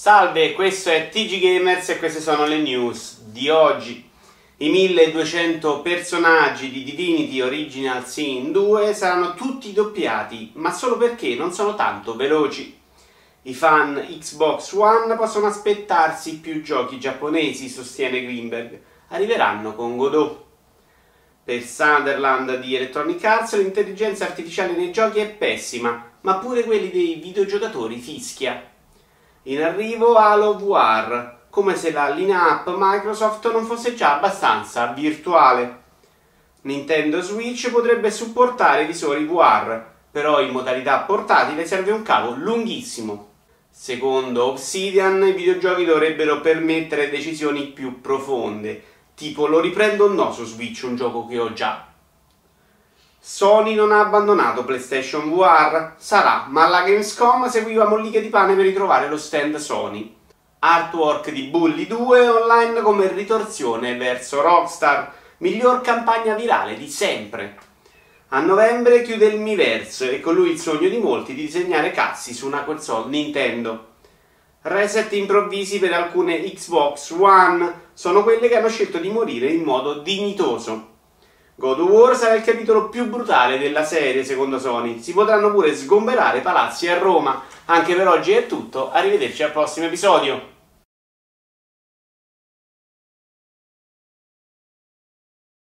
Salve, questo è TG Gamers e queste sono le news di oggi. I 1200 personaggi di Divinity Original Sin 2 saranno tutti doppiati, ma solo perché non sono tanto veloci. I fan Xbox One possono aspettarsi più giochi giapponesi, sostiene Greenberg. Arriveranno con Godot. Per Sunderland di Electronic Arts l'intelligenza artificiale nei giochi è pessima, ma pure quelli dei videogiocatori fischia. In arrivo Halo VR, come se la lineup Microsoft non fosse già abbastanza virtuale. Nintendo Switch potrebbe supportare visori VR, però in modalità portatile serve un cavo lunghissimo. Secondo Obsidian, i videogiochi dovrebbero permettere decisioni più profonde, tipo lo riprendo o no su Switch un gioco che ho già. Sony non ha abbandonato PlayStation VR? Sarà, ma alla Gamescom seguiva molliche di pane per ritrovare lo stand Sony. Artwork di Bully 2 online come ritorsione verso Rockstar, miglior campagna virale di sempre. A novembre chiude il Miiverse e con lui il sogno di molti di disegnare cazzi su una console Nintendo. Reset improvvisi per alcune Xbox One sono quelle che hanno scelto di morire in modo dignitoso. God of War sarà il capitolo più brutale della serie secondo Sony, si potranno pure sgomberare palazzi a Roma. Anche per oggi è tutto, arrivederci al prossimo episodio.